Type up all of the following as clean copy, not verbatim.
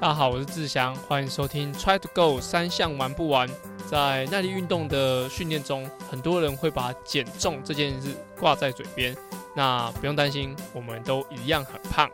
大家好，我是志祥，欢迎收听 Try to Go 三项玩不完。在耐力运动的训练中，很多人会把减重这件事挂在嘴边，那不用担心，我们都一样很胖。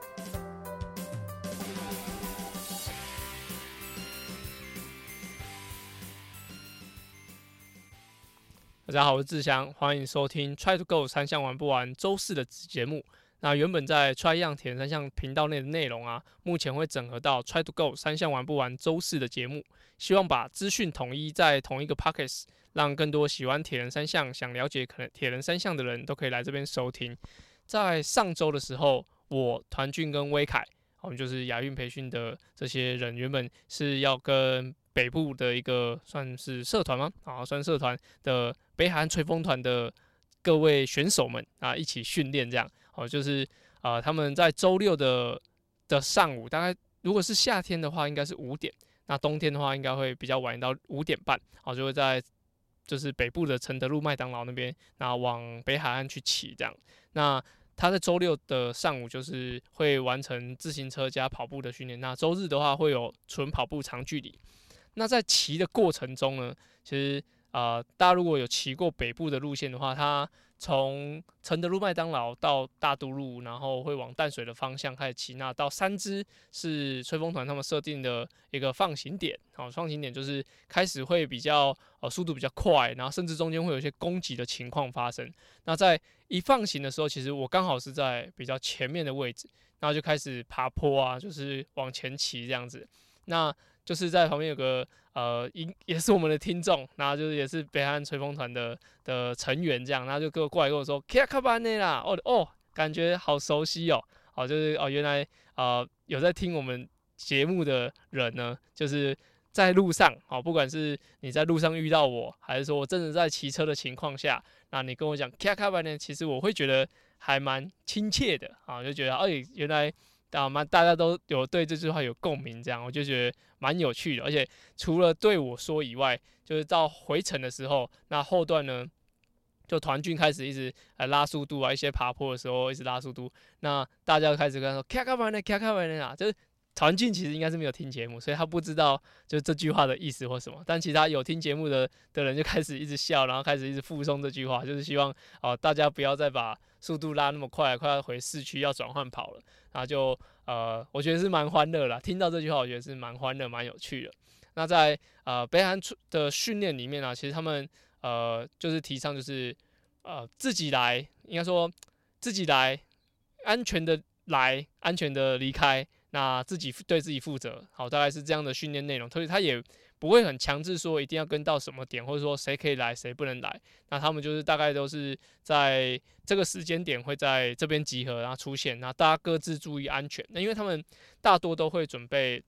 大家好，我是志祥，欢迎收听 Try to Go 三项玩不完周四的子节目。那原本在 Try 样铁人三项频道内的内容啊，目前会整合到 Try to Go 三项玩不完周四的节目，希望把资讯统一在同一个 Podcast， 让更多喜欢铁人三项、想了解可能铁人三项的人都可以来这边收听。在上周的时候，我团俊跟威凯，我们就是亚运培训的这些人，原本是要跟北部的一个算是社团吗？算社团的北海岸吹风团的各位选手们啊，一起训练这样。就是他们在周六的上午，大概如果是夏天的话，应该是5点；那冬天的话，应该会比较晚到5点半。就会在就是北部的承德路麦当劳那边，那往北海岸去骑这样。那他在周六的上午就是会完成自行车加跑步的训练。那周日的话会有纯跑步长距离。那在骑的过程中呢，其实大家如果有骑过北部的路线的话，它从承德路麦当劳到大都路，然后会往淡水的方向开始骑。那到三支是吹风团他们设定的一个放行点，放行点就是开始会比较速度比较快，然后甚至中间会有一些攻击的情况发生。那在一放行的时候，其实我刚好是在比较前面的位置，然后就开始爬坡啊，就是往前骑这样子。那就是在旁边有个也是我们的听众，然后就是也是北海岸吹风团的成员这样，然后就过来跟我说 "Kia kabane 啦"，感觉好熟悉哦，就是原来有在听我们节目的人呢，就是在路上不管是你在路上遇到我，还是说我真的在骑车的情况下，那你跟我讲 "Kia kabane"，其实我会觉得还蛮亲切的就觉得原来。大家都有对这句话有共鸣，这样我就觉得蛮有趣的。而且除了对我说以外，就是到回程的时候，那后段呢，就团军开始一直拉速度啊，一些爬坡的时候一直拉速度，那大家就开始跟他说 "Kia kabane Kia kabane" 啊，就是团俊其实应该是没有听节目，所以他不知道就是这句话的意思或什么。但其他有听节目的人就开始一直笑，然后开始一直附送这句话，就是希望大家不要再把速度拉那么快，快要回市区要转换跑了。然后就我觉得是蛮欢乐啦，听到这句话我觉得是蛮欢乐、蛮有趣的。那在北海岸的训练里面其实他们就是提倡就是自己来，应该说自己来，安全的来，安全的离开。那自己对自己负责，大概是这样的训练内容，所以他也不会很强制说一定要跟到什么点，或者说谁可以来谁不能来。那他们就是大概都是在这个时间点会在这边集合，然后出现，那大家各自注意安全。那因为他们大多都会准备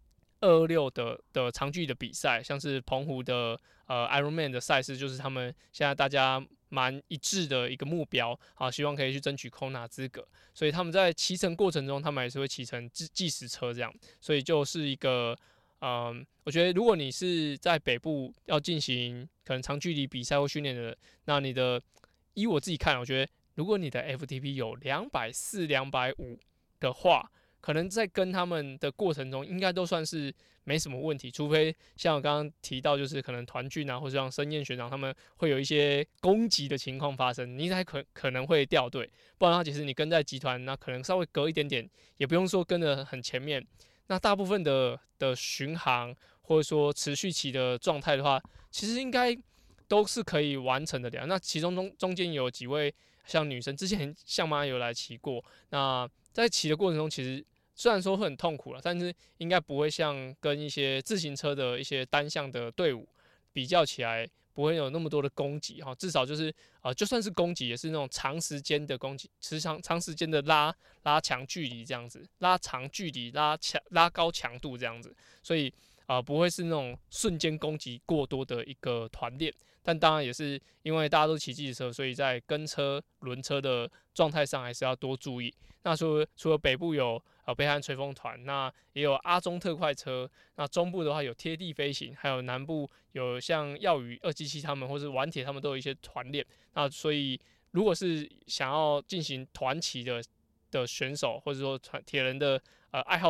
226的长距离的比赛，像是澎湖的Ironman 的赛事，就是他们现在大家蛮一致的一个目标希望可以去争取 Kona 资格。所以他们在骑乘过程中，他们也是会骑乘计时车这样。所以就是一个我觉得如果你是在北部要进行可能长距离比赛或训练的人，那依我自己看，我觉得如果你的 FTP 有240、250的话，可能在跟他们的过程中，应该都算是没什么问题，除非像我刚刚提到，就是可能团俊啊，或者像申燕学长他们会有一些攻击的情况发生，你才可能会掉队，不然的话，其实你跟在集团，那可能稍微隔一点点，也不用说跟得很前面。那大部分的巡航或者说持续骑的状态的话，其实应该都是可以完成的了。那其中中间有几位像女生，之前像妈有来骑过，那在骑的过程中，其实虽然说会很痛苦了，但是应该不会像跟一些自行车的一些单项的队伍比较起来，不会有那么多的攻击至少就是就算是攻击，也是那种长时间的攻击，长时间的拉长距离这样子，拉长距离拉高强度这样子，所以不会是那种瞬间攻击过多的一个团练。但当然也是因为大家都骑机车，所以在跟车、轮车的状态上还是要多注意。那除了北部有北海岸吹风团，那也有阿中特快车，那中部的话有贴地飞行，还有南部有像耀宇277他们或是玩铁他们都有一些团练。那所以如果是想要进行团骑的选手，或者说铁人的爱好者，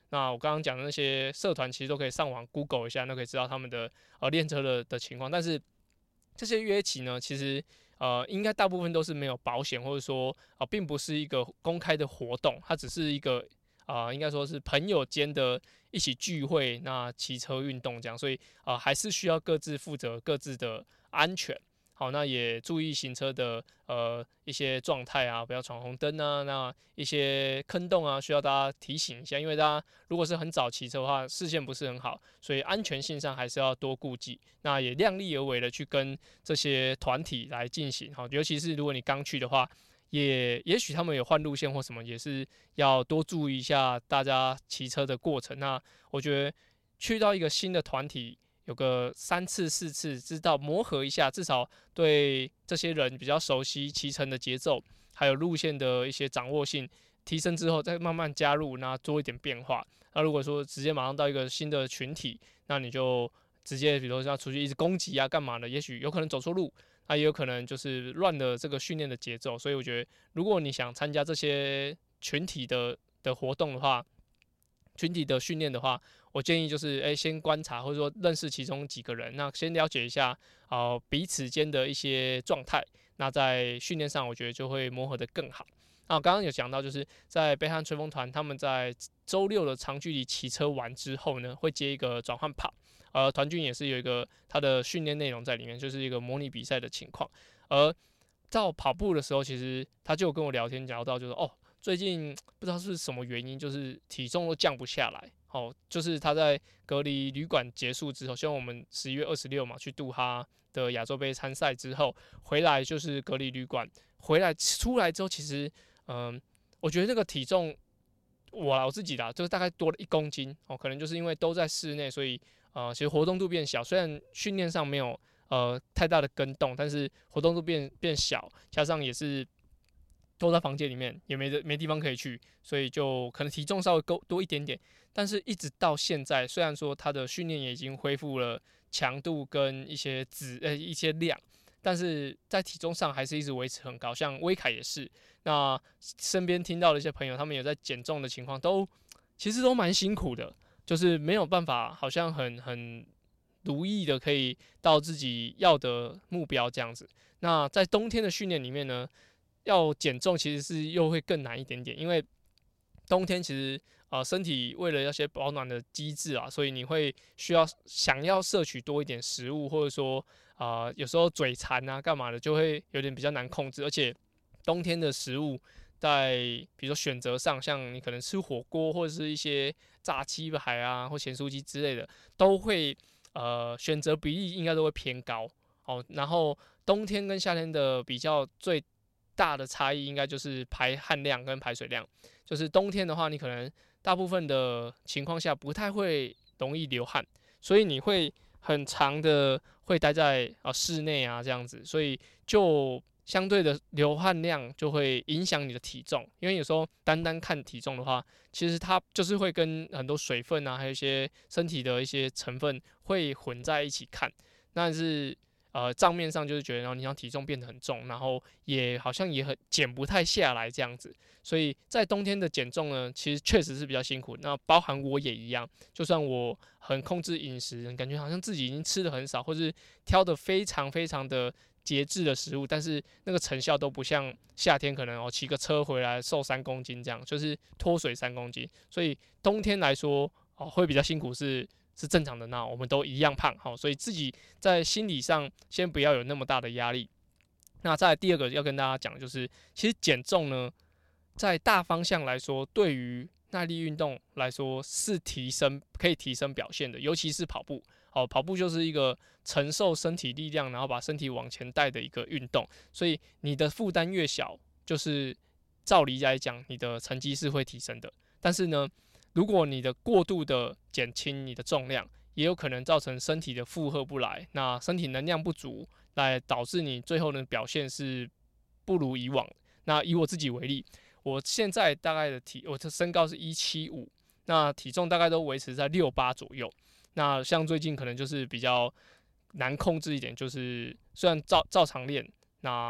那我刚刚讲的那些社团，其实都可以上网 Google 一下，都可以知道他们的练车的情况。但是这些约骑呢，其实应该大部分都是没有保险，或者说并不是一个公开的活动，它只是一个应该说是朋友间的一起聚会，那骑车运动这样，所以还是需要各自负责各自的安全。好，那也注意行车的一些状态啊，不要闯红灯啊，那一些坑洞啊，需要大家提醒一下，因为大家如果是很早骑车的话，视线不是很好，所以安全性上还是要多顾忌。那也量力而为的去跟这些团体来进行，好，尤其是如果你刚去的话，也许他们有换路线或什么，也是要多注意一下大家骑车的过程。那我觉得去到一个新的团体，有个3次4次，知道磨合一下，至少对这些人比较熟悉骑乘的节奏，还有路线的一些掌握性提升之后，再慢慢加入，那做一点变化。那如果说直接马上到一个新的群体，那你就直接比如说要出去一直攻击啊干嘛的，也许有可能走错路，那也有可能就是乱了这个训练的节奏。所以我觉得，如果你想参加这些群体的活动的话，群体的训练的话，我建议就是先观察或者说认识其中几个人，那先了解一下彼此间的一些状态，那在训练上我觉得就会磨合得更好。那我刚刚有讲到，就是在北汉吹风团他们在周六的长距离骑车完之后呢，会接一个转换跑，团军也是有一个他的训练内容在里面，就是一个模拟比赛的情况。而到跑步的时候，其实他就跟我聊天聊到，就是最近不知道是什么原因，就是体重都降不下来。就是他在隔离旅馆结束之后，像我们11月26嘛去杜哈的亚洲杯参赛之后，回来就是隔离旅馆，回来出来之后，其实我觉得那个体重我自己啦，就是大概多了1公斤可能就是因为都在室内，所以其实活动度变小，虽然训练上没有太大的跟动，但是活动度变小，加上也是都在房间里面，也没地方可以去，所以就可能体重稍微多一点点。但是一直到现在，虽然说他的训练也已经恢复了强度跟一些一些量，但是在体重上还是一直维持很高。像威凯也是，那身边听到的一些朋友，他们有在减重的情况，其实都蛮辛苦的，就是没有办法，好像很如意的可以到自己要的目标这样子。那在冬天的训练里面呢，要减重其实是又会更难一点点，因为冬天其实身体为了那些保暖的机制啊，所以你会想要摄取多一点食物，或者说有时候嘴馋啊干嘛的，就会有点比较难控制。而且冬天的食物在比如说选择上，像你可能吃火锅或者是一些炸鸡排啊或咸酥鸡之类的，都会选择比例应该都会偏高。然后冬天跟夏天的比较最大的差异应该就是排汗量跟排水量。就是冬天的话，你可能大部分的情况下不太会容易流汗，所以你会很长的会待在室内啊这样子，所以就相对的流汗量就会影响你的体重。因为有时候单单看体重的话，其实它就是会跟很多水分啊，还有一些身体的一些成分会混在一起看，但是账面上就是觉得你让体重变得很重，然后也好像也很减不太下来这样子。所以在冬天的减重呢，其实确实是比较辛苦。那包含我也一样，就算我很控制饮食，感觉好像自己已经吃的很少，或是挑的非常非常的节制的食物，但是那个成效都不像夏天可能骑个车回来瘦3公斤这样，就是脱水3公斤。所以冬天来说会比较辛苦是正常的。那我们都一样胖，所以自己在心理上先不要有那么大的压力。那再来第二个要跟大家讲，就是其实减重呢，在大方向来说，对于耐力运动来说是可以提升表现的，尤其是跑步。跑步就是一个承受身体力量，然后把身体往前带的一个运动，所以你的负担越小，就是照理来讲，你的成绩是会提升的。但是呢，如果你的过度的减轻你的重量，也有可能造成身体的负荷不来，那身体能量不足，来导致你最后的表现是不如以往。那以我自己为例，我现在大概我的身高是175，那体重大概都维持在68左右。那像最近可能就是比较难控制一点，就是虽然照常练，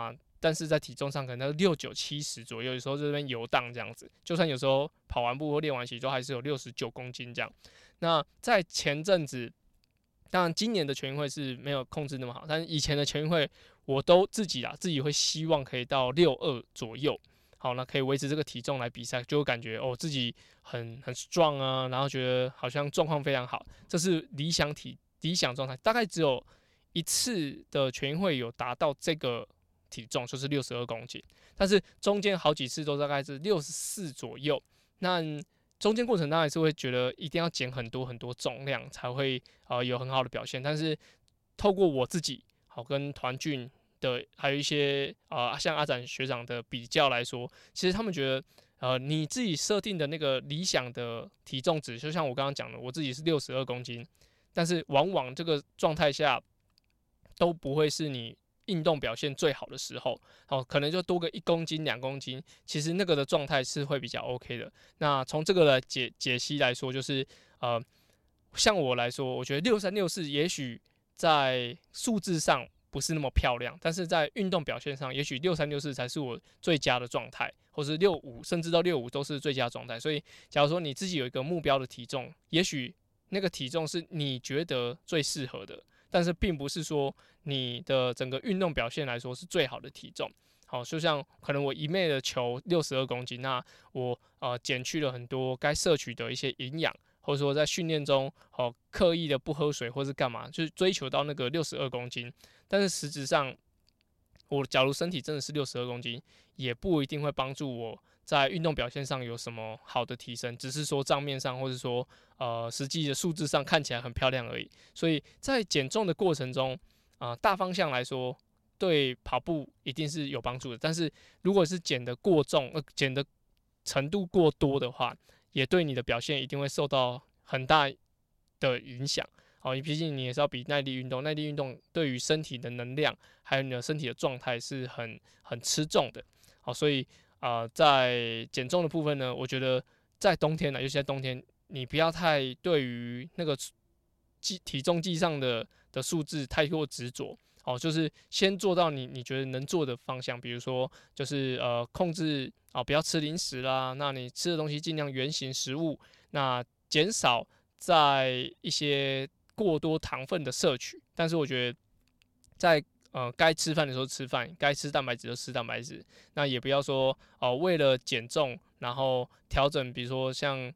但是在体重上可能69、70左右，有时候这边游荡这样子。就算有时候跑完步或练完习，都还是有69公斤这样。那在前阵子，当然今年的全运会是没有控制那么好，但是以前的全运会我都自己会希望可以到62左右。好，那可以维持这个体重来比赛，就会感觉自己很 strong 啊，然后觉得好像状况非常好，这是理想状态。大概只有一次的全运会有达到这个体重，就是62公斤，但是中间好几次都大概是64左右。那中间过程当然是会觉得一定要减很多很多重量才会有很好的表现，但是透过我自己跟团训的，还有一些像阿展学长的比较来说，其实他们觉得你自己设定的那个理想的体重值，就像我刚刚讲的，我自己是62公斤，但是往往这个状态下都不会是你运动表现最好的时候，可能就多个1公斤、2公斤，其实那个的状态是会比较 OK 的。那从这个的解析来说，就是像我来说，我觉得63、64也许在数字上不是那么漂亮，但是在运动表现上，也许63、64才是我最佳的状态，或是65甚至到65都是最佳状态。所以，假如说你自己有一个目标的体重，也许那个体重是你觉得最适合的，但是并不是说你的整个运动表现来说是最好的体重。好，就像可能我一昧的求62公斤，那我减去了很多该摄取的一些营养，或者说在训练中刻意的不喝水或是干嘛，就是追求到那个62公斤。但是实质上，我假如身体真的是62公斤，也不一定会帮助我在运动表现上有什么好的提升，只是说账面上或者说实际的数字上看起来很漂亮而已。所以在减重的过程中，大方向来说，对跑步一定是有帮助的。但是如果是减得过重，减的程度过多的话，也对你的表现一定会受到很大的影响。毕竟你也是要比耐力运动，耐力运动对于身体的能量还有你的身体的状态是很吃重的。所以在减重的部分呢，我觉得在冬天呢，尤其在冬天，你不要太对于那个体重计上的数字太过执着。就是先做到你觉得能做的方向，比如说就是控制不要吃零食啦，那你吃的东西尽量原型食物，那减少在一些过多糖分的摄取。但是我觉得在该吃饭的时候吃饭，该吃蛋白质就吃蛋白质，那也不要说为了减重然后调整，比如说像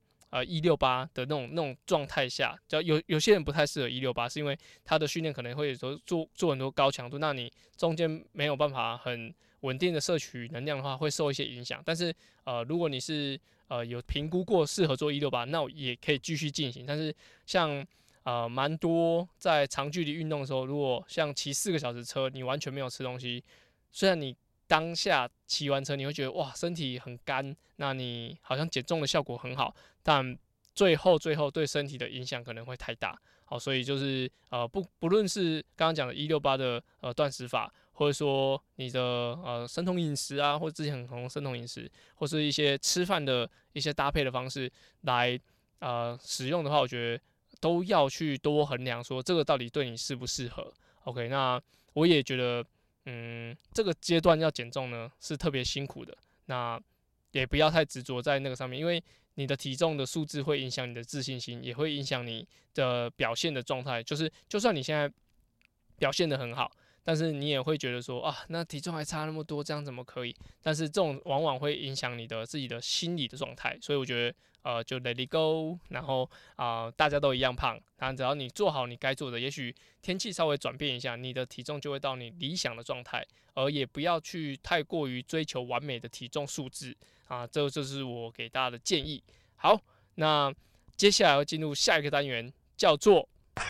168的那种状态下，有些人不太适合168，是因为他的训练可能会有时候做很多高强度，那你中间没有办法很稳定的摄取能量的话，会受一些影响。但是如果你是有评估过适合做168，那我也可以继续进行。但是像蛮多在长距离运动的时候，如果像骑4个小时车，你完全没有吃东西，虽然你当下骑完车你会觉得哇身体很干，那你好像减重的效果很好，但最后对身体的影响可能会太大。好，所以就是不论是刚刚讲的168的断食法，或者说你的生酮饮食啊，或者之前很红生酮饮食，或是一些吃饭的一些搭配的方式来使用的话，我觉得都要去多衡量，说这个到底对你适不适合。OK， 那我也觉得，这个阶段要减重呢是特别辛苦的，那也不要太执着在那个上面，因为你的体重的数字会影响你的自信心，也会影响你的表现的状态。就算你现在表现得很好，但是你也会觉得说那体重还差那么多，这样怎么可以？但是这种往往会影响你的自己的心理的状态，所以我觉得就 let it go， 然后大家都一样胖，那只要你做好你该做的，也许天气稍微转变一下，你的体重就会到你理想的状态，而也不要去太过于追求完美的体重数字这就是我给大家的建议。好，那接下来要进入下一个单元，叫做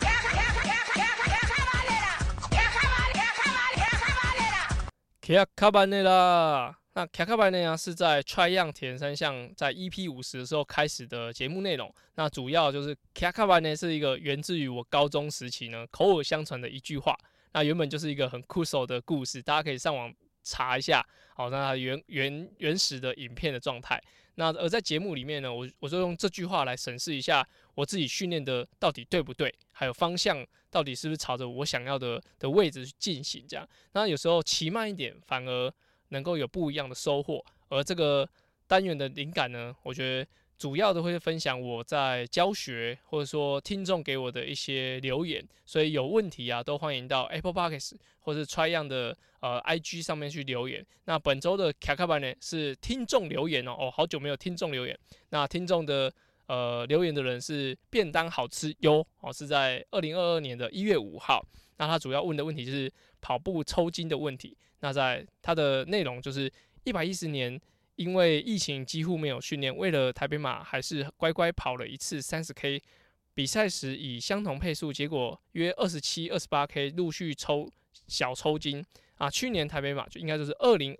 卡卡班内啦。那卡卡班内啊是在 Try 样田三项在 EP50的时候开始的节目内容。那主要就是卡卡班内是一个源自于我高中时期呢口耳相传的一句话。那原本就是一个很酷手的故事，大家可以上网查一下。好，那它原始的影片的状态。那而在节目里面呢，我就用这句话来审视一下我自己训练的到底对不对，还有方向到底是不是朝着我想要的位置去进行这样。那有时候骑慢一点反而能够有不一样的收获。而这个单元的灵感呢，我觉得主要的会分享我在教学，或者说听众给我的一些留言，所以有问题啊，都欢迎到 Apple Podcast 或是 Tryon 的IG 上面去留言。那本周的卡卡版呢是听众留言哦，好久没有听众留言。那听众的留言的人是便当好吃哟哦，是在2022年的1月5号。那他主要问的问题就是跑步抽筋的问题。那在他的内容就是110年。因为疫情几乎没有训练，为了台北马还是乖乖跑了一次30K。比赛时以相同配速，结果约27、28K 陆续小抽筋啊。去年台北马就应该就是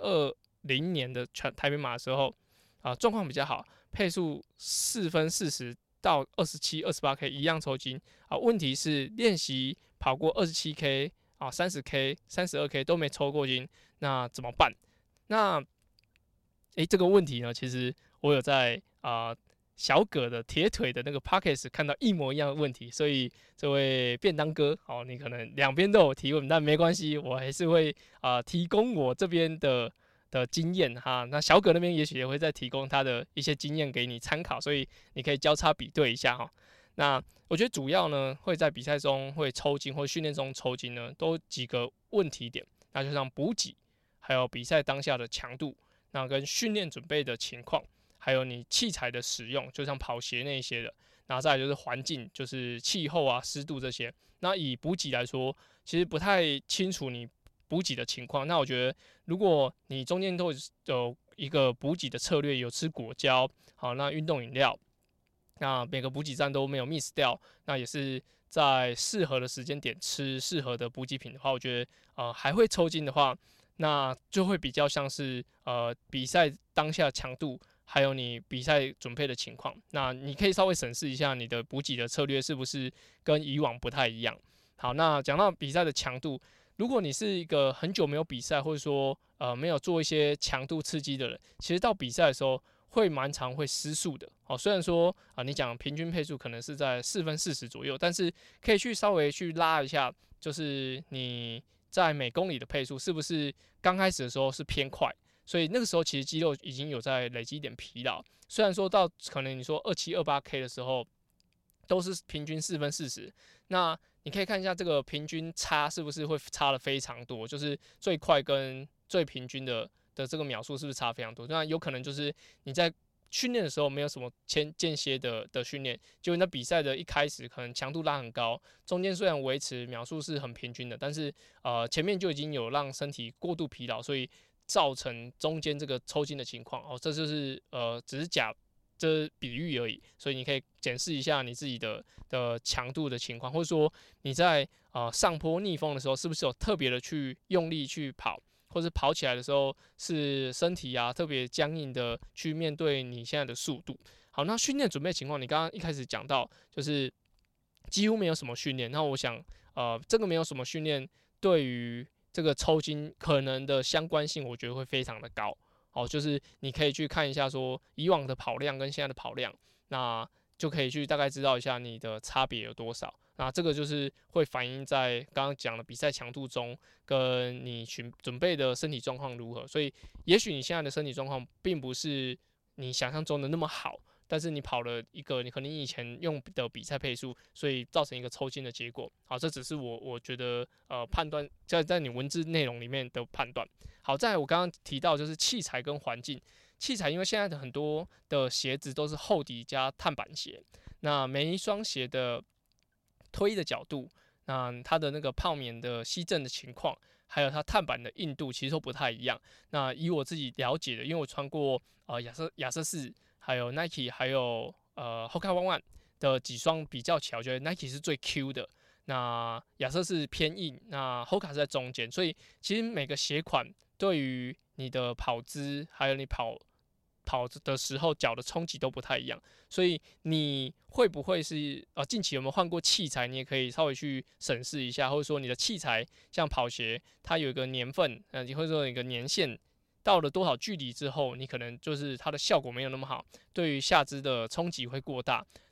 2020年的台北马的时候啊，状况比较好，配速4分40到27、28K 一样抽筋啊。问题是练习跑过27K 啊、30K、32K 都没抽过筋，那怎么办？那这个问题呢，其实我有在小葛的铁腿的那个 podcast 看到一模一样的问题，所以这位便当哥，你可能两边都有提问，但没关系，我还是会提供我这边的经验哈。那小葛那边也许也会再提供他的一些经验给你参考，所以你可以交叉比对一下哈。那我觉得主要呢会在比赛中会抽筋或训练中抽筋呢，都几个问题点，那就像补给，还有比赛当下的强度。那跟训练准备的情况，还有你器材的使用，就像跑鞋那一些的，那再来就是环境，就是气候啊、湿度这些。那以补给来说，其实不太清楚你补给的情况。那我觉得，如果你中间都有一个补给的策略，有吃果胶，好，那运动饮料，那每个补给站都没有 miss 掉，那也是在适合的时间点吃适合的补给品的话，我觉得还会抽筋的话。那就会比较像是比赛当下强度，还有你比赛准备的情况。那你可以稍微审视一下你的补给的策略是不是跟以往不太一样。好，那讲到比赛的强度，如果你是一个很久没有比赛，或者说没有做一些强度刺激的人，其实到比赛的时候会蛮常会失速的。虽然说你讲平均配速可能是在4分40左右，但是可以去稍微去拉一下，就是你在每公里的配速是不是刚开始的时候是偏快，所以那个时候其实肌肉已经有在累积一点疲劳。虽然说到可能你说27、28K 的时候都是平均4分40，那你可以看一下这个平均差是不是会差的非常多，就是最快跟最平均的这个秒数是不是差非常多？那有可能就是你在训练的时候没有什么间歇的训练，就那比赛的一开始可能强度拉很高，中间虽然维持秒数是很平均的，但是前面就已经有让身体过度疲劳，所以造成中间这个抽筋的情况这就是只是这比喻而已，所以你可以检视一下你自己的强度的情况，或者说你在上坡逆风的时候是不是有特别的去用力去跑。或是跑起来的时候是身体特别僵硬的去面对你现在的速度。好，那训练准备情况，你刚刚一开始讲到就是几乎没有什么训练，那我想这个没有什么训练对于这个抽筋可能的相关性，我觉得会非常的高。就是你可以去看一下说以往的跑量跟现在的跑量，那就可以去大概知道一下你的差别有多少。那这个就是会反映在刚刚讲的比赛强度中，跟你准备的身体状况如何。所以，也许你现在的身体状况并不是你想象中的那么好，但是你跑了一个你可能以前用的比赛配速，所以造成一个抽筋的结果。好，这只是我觉得判断在你文字内容里面的判断。好，再来我刚刚提到就是器材跟环境。器材因为现在的很多的鞋子都是厚底加碳板鞋，那每一双鞋的推的角度，那它的那个泡棉的吸震的情况，还有它碳板的硬度，其实都不太一样。那以我自己了解的，因为我穿过亚瑟士，还有 Nike， 还有Hoka One One 的几双比较起来，我觉得 Nike 是最 Q 的。那亚瑟士偏硬，那 Hoka 是在中间，所以其实每个鞋款对于你的跑姿，还有你跑的时候脚的冲击都不太一样，所以你会不会是近期有没有换过器材？你也可以稍微去审视一下，或者说你的器材像跑鞋，它有一个年份，或者说有一个年限，到了多少距离之后，你可能就是它的效果没有那么好，对于下肢的冲击会过大。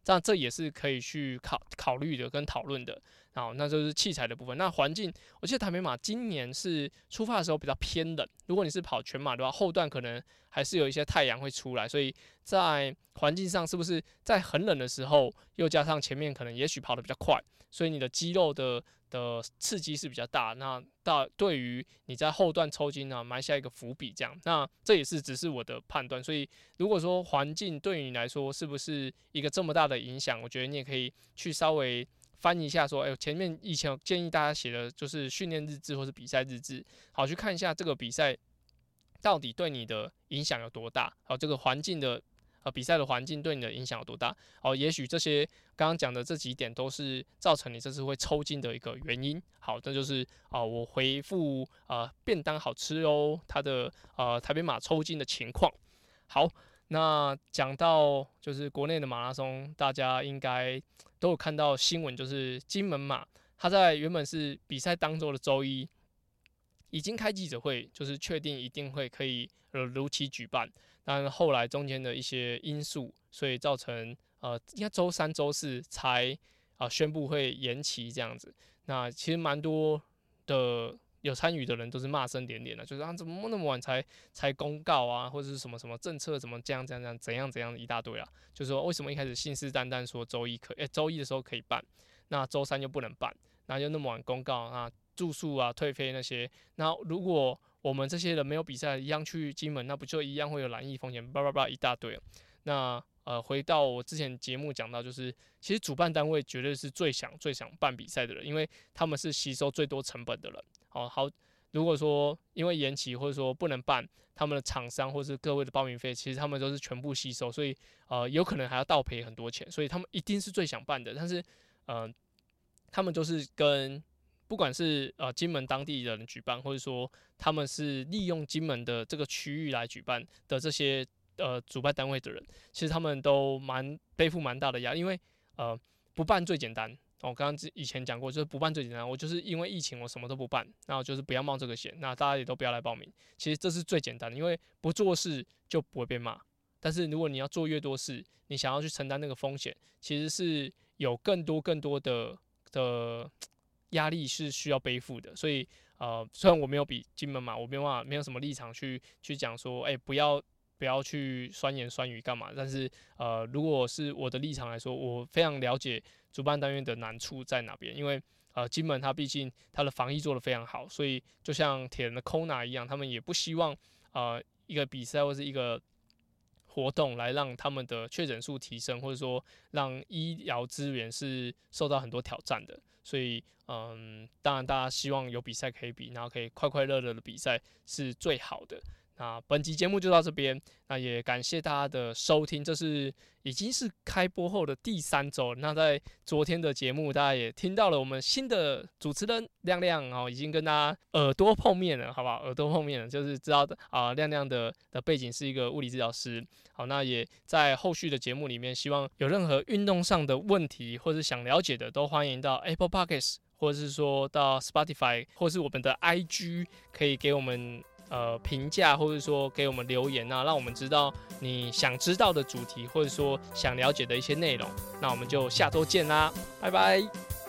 这也是可以去考虑的跟讨论的。好，那就是器材的部分。那环境，我记得台北马今年是出发的时候比较偏冷，如果你是跑全马的话，后段可能还是有一些太阳会出来，所以在环境上是不是在很冷的时候，又加上前面可能也许跑得比较快，所以你的肌肉的刺激是比较大，那对于你在后段抽筋啊埋下一个伏笔，这样，那这也是只是我的判断。所以如果说环境对于你来说是不是一个这么大的影响，我觉得你也可以去稍微翻一下说，前面以前有建议大家写的就是训练日志或是比赛日志，好去看一下这个比赛到底对你的影响有多大，好，这个环境的比赛的环境对你的影响有多大，好，也许这些刚刚讲的这几点都是造成你这次会抽筋的一个原因。好，这就是我回复便当好吃哦，它的台北马抽筋的情况。好，那讲到就是国内的马拉松，大家应该都有看到新闻，就是金门马，它在原本是比赛当周的周一已经开记者会，就是确定一定会可以如期举办，但后来中间的一些因素，所以造成应该周三、周四才宣布会延期这样子。那其实蛮多的有参与的人都是骂声连连的，就是怎么那么晚才公告啊，或者是什么什么政策怎么这样怎样一大堆啊，就是说为什么一开始信誓旦旦说周一的时候可以办，那周三就不能办，那就那么晚公告啊，住宿啊退费那些，那如果我们这些人没有比赛一样去金门，那不就一样会有染疫风险，叭叭叭一大堆了。那回到我之前节目讲到，就是其实主办单位绝对是最想办比赛的人，因为他们是吸收最多成本的人。好，如果说因为延期或者说不能办，他们的厂商或是各位的报名费，其实他们都是全部吸收，所以有可能还要倒赔很多钱，所以他们一定是最想办的。但是他们就是跟不管是金门当地人举办，或者说他们是利用金门的这个区域来举办的这些主办单位的人，其实他们都背负蛮大的压力，因为不办最简单。我刚刚以前讲过，就是不办最简单。我就是因为疫情，我什么都不办，那我就是不要冒这个险。那大家也都不要来报名。其实这是最简单的，因为不做事就不会被骂。但是如果你要做越多事，你想要去承担那个风险，其实是有更多的压力是需要背负的。所以虽然我没有比金门马，我没有什么立场去讲说，不要去酸言酸语干嘛？但是如果是我的立场来说，我非常了解主办单位的难处在哪边，因为金门它毕竟它的防疫做得非常好，所以就像铁人的 Kona 一样，他们也不希望一个比赛或是一个活动来让他们的确诊数提升，或者说让医疗资源是受到很多挑战的。所以当然大家希望有比赛可以比，然后可以快快乐乐的比赛是最好的。那本集节目就到这边，那也感谢大家的收听，这是已经是开播后的第3周。那在昨天的节目，大家也听到了我们新的主持人亮亮已经跟大家耳朵碰面了，好不好？耳朵碰面了，就是知道亮亮的背景是一个物理治疗师。好，那也在后续的节目里面，希望有任何运动上的问题或是想了解的，都欢迎到 Apple Podcast， 或者是说到 Spotify， 或是我们的 IG， 可以给我们评价，或者说给我们留言啊，让我们知道你想知道的主题，或者说想了解的一些内容。那我们就下周见啦，拜拜。